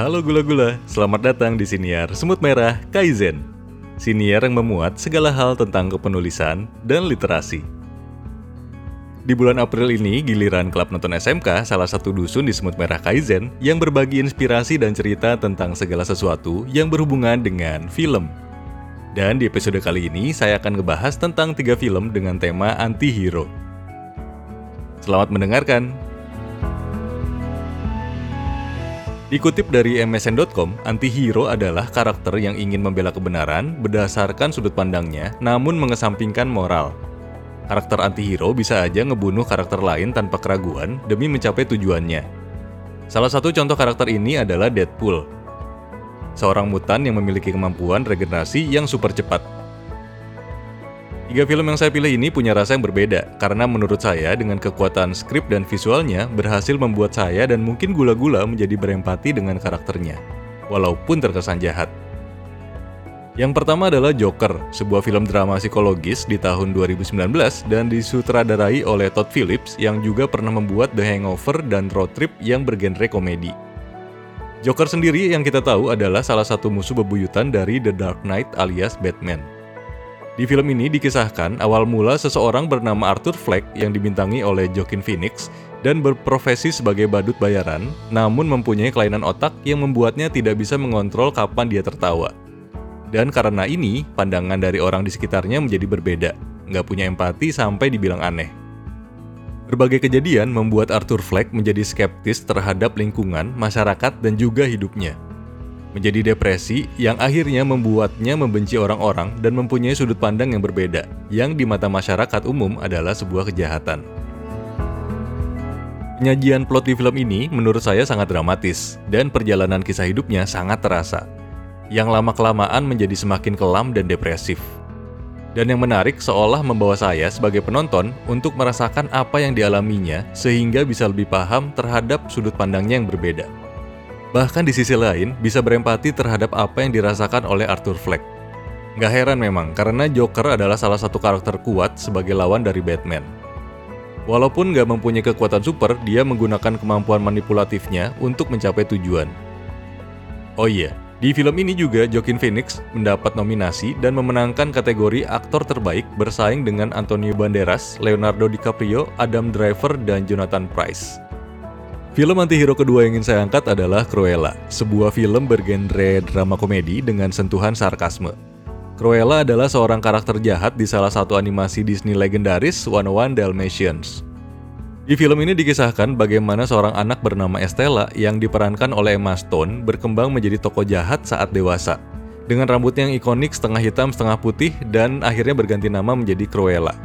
Halo gula-gula, selamat datang di Siniar Semut Merah Kaizen. Siniar yang memuat segala hal tentang kepenulisan dan literasi. Di bulan April ini, giliran klub nonton SMK, salah satu dusun di Semut Merah Kaizen, yang berbagi inspirasi dan cerita tentang segala sesuatu yang berhubungan dengan film. Dan di episode kali ini, saya akan ngebahas tentang 3 film dengan tema anti-hero. Selamat mendengarkan! Dikutip dari MSN.com, anti-hero adalah karakter yang ingin membela kebenaran berdasarkan sudut pandangnya, namun mengesampingkan moral. Karakter anti-hero bisa aja ngebunuh karakter lain tanpa keraguan demi mencapai tujuannya. Salah satu contoh karakter ini adalah Deadpool, seorang mutan yang memiliki kemampuan regenerasi yang super cepat. 3 film yang saya pilih ini punya rasa yang berbeda, karena menurut saya dengan kekuatan skrip dan visualnya berhasil membuat saya dan mungkin gula-gula menjadi berempati dengan karakternya, walaupun terkesan jahat. Yang pertama adalah Joker, sebuah film drama psikologis di tahun 2019 dan disutradarai oleh Todd Phillips yang juga pernah membuat The Hangover dan Road Trip yang bergenre komedi. Joker sendiri yang kita tahu adalah salah satu musuh bebuyutan dari The Dark Knight alias Batman. Di film ini dikisahkan awal mula seseorang bernama Arthur Fleck yang dibintangi oleh Joaquin Phoenix dan berprofesi sebagai badut bayaran, namun mempunyai kelainan otak yang membuatnya tidak bisa mengontrol kapan dia tertawa. Dan karena ini, pandangan dari orang di sekitarnya menjadi berbeda, nggak punya empati sampai dibilang aneh. Berbagai kejadian membuat Arthur Fleck menjadi skeptis terhadap lingkungan, masyarakat, dan juga hidupnya. Menjadi depresi yang akhirnya membuatnya membenci orang-orang dan mempunyai sudut pandang yang berbeda, yang di mata masyarakat umum adalah sebuah kejahatan. Penyajian plot di film ini menurut saya sangat dramatis, dan perjalanan kisah hidupnya sangat terasa, yang lama-kelamaan menjadi semakin kelam dan depresif. Dan yang menarik seolah membawa saya sebagai penonton untuk merasakan apa yang dialaminya sehingga bisa lebih paham terhadap sudut pandangnya yang berbeda. Bahkan di sisi lain, bisa berempati terhadap apa yang dirasakan oleh Arthur Fleck. Gak heran memang, karena Joker adalah salah satu karakter kuat sebagai lawan dari Batman. Walaupun gak mempunyai kekuatan super, dia menggunakan kemampuan manipulatifnya untuk mencapai tujuan. Oh iya, di film ini juga Joaquin Phoenix mendapat nominasi dan memenangkan kategori aktor terbaik bersaing dengan Antonio Banderas, Leonardo DiCaprio, Adam Driver, dan Jonathan Pryce. Film antihero kedua yang ingin saya angkat adalah Cruella, sebuah film bergenre drama komedi dengan sentuhan sarkasme. Cruella adalah seorang karakter jahat di salah satu animasi Disney legendaris 101 Dalmatians. Di film ini dikisahkan bagaimana seorang anak bernama Estella yang diperankan oleh Emma Stone berkembang menjadi tokoh jahat saat dewasa, dengan rambut yang ikonik setengah hitam setengah putih dan akhirnya berganti nama menjadi Cruella.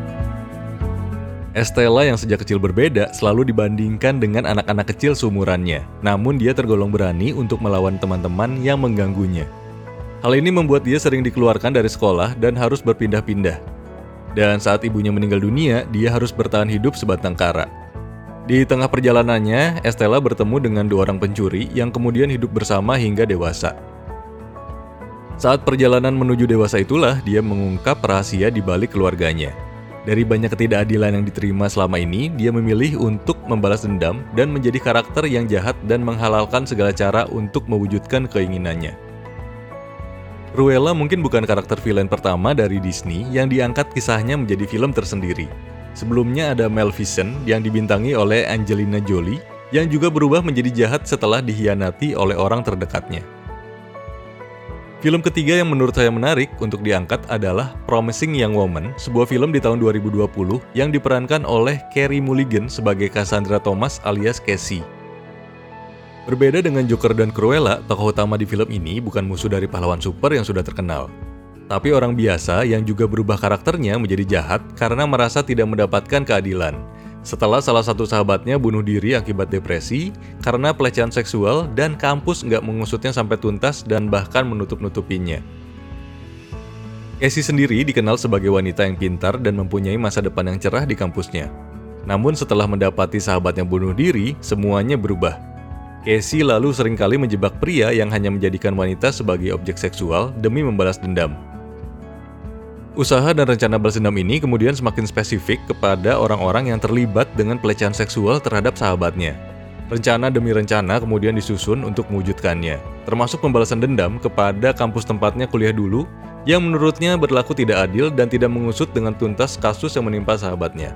Estella yang sejak kecil berbeda selalu dibandingkan dengan anak-anak kecil seumurannya, namun dia tergolong berani untuk melawan teman-teman yang mengganggunya. Hal ini membuat dia sering dikeluarkan dari sekolah dan harus berpindah-pindah. Dan saat ibunya meninggal dunia, dia harus bertahan hidup sebatang kara. Di tengah perjalanannya, Estella bertemu dengan 2 orang pencuri yang kemudian hidup bersama hingga dewasa. Saat perjalanan menuju dewasa itulah dia mengungkap rahasia di balik keluarganya. Dari banyak ketidakadilan yang diterima selama ini, dia memilih untuk membalas dendam dan menjadi karakter yang jahat dan menghalalkan segala cara untuk mewujudkan keinginannya. Cruella mungkin bukan karakter villain pertama dari Disney yang diangkat kisahnya menjadi film tersendiri. Sebelumnya ada Maleficent yang dibintangi oleh Angelina Jolie yang juga berubah menjadi jahat setelah dikhianati oleh orang terdekatnya. Film ketiga yang menurut saya menarik untuk diangkat adalah Promising Young Woman, sebuah film di tahun 2020 yang diperankan oleh Carey Mulligan sebagai Cassandra Thomas alias Cassie. Berbeda dengan Joker dan Cruella, tokoh utama di film ini bukan musuh dari pahlawan super yang sudah terkenal, tapi orang biasa yang juga berubah karakternya menjadi jahat karena merasa tidak mendapatkan keadilan. Setelah salah satu sahabatnya bunuh diri akibat depresi karena pelecehan seksual dan kampus nggak mengusutnya sampai tuntas dan bahkan menutup-nutupinya. Cassie sendiri dikenal sebagai wanita yang pintar dan mempunyai masa depan yang cerah di kampusnya. Namun setelah mendapati sahabatnya bunuh diri, semuanya berubah. Cassie lalu seringkali menjebak pria yang hanya menjadikan wanita sebagai objek seksual demi membalas dendam. Usaha dan rencana balas dendam ini kemudian semakin spesifik kepada orang-orang yang terlibat dengan pelecehan seksual terhadap sahabatnya. Rencana demi rencana kemudian disusun untuk mewujudkannya, termasuk pembalasan dendam kepada kampus tempatnya kuliah dulu yang menurutnya berlaku tidak adil dan tidak mengusut dengan tuntas kasus yang menimpa sahabatnya.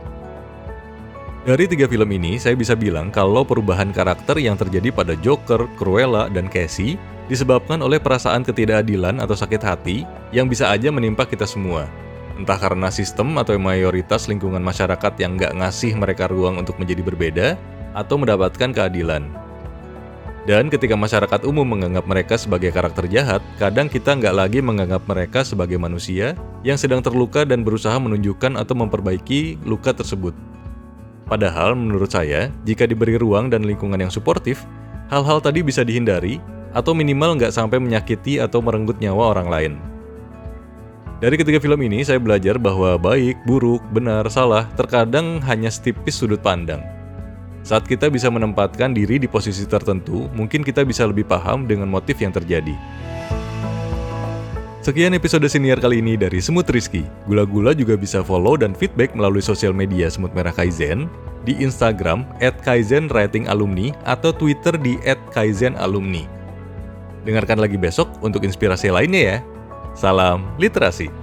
Dari 3 film ini, saya bisa bilang kalau perubahan karakter yang terjadi pada Joker, Cruella, dan Casey disebabkan oleh perasaan ketidakadilan atau sakit hati yang bisa aja menimpa kita semua. Entah karena sistem atau mayoritas lingkungan masyarakat yang nggak ngasih mereka ruang untuk menjadi berbeda, atau mendapatkan keadilan. Dan ketika masyarakat umum menganggap mereka sebagai karakter jahat, kadang kita nggak lagi menganggap mereka sebagai manusia yang sedang terluka dan berusaha menunjukkan atau memperbaiki luka tersebut. Padahal menurut saya, jika diberi ruang dan lingkungan yang suportif, hal-hal tadi bisa dihindari atau minimal nggak sampai menyakiti atau merenggut nyawa orang lain. Dari ketiga film ini, saya belajar bahwa baik, buruk, benar, salah terkadang hanya setipis sudut pandang. Saat kita bisa menempatkan diri di posisi tertentu, mungkin kita bisa lebih paham dengan motif yang terjadi. Sekian episode siniar kali ini dari Semut Rizky. Gula-gula juga bisa follow dan feedback melalui sosial media Semut Merah Kaizen, di Instagram @kaizenwritingalumni atau Twitter di @kaizenalumni. Dengarkan lagi besok untuk inspirasi lainnya ya. Salam literasi.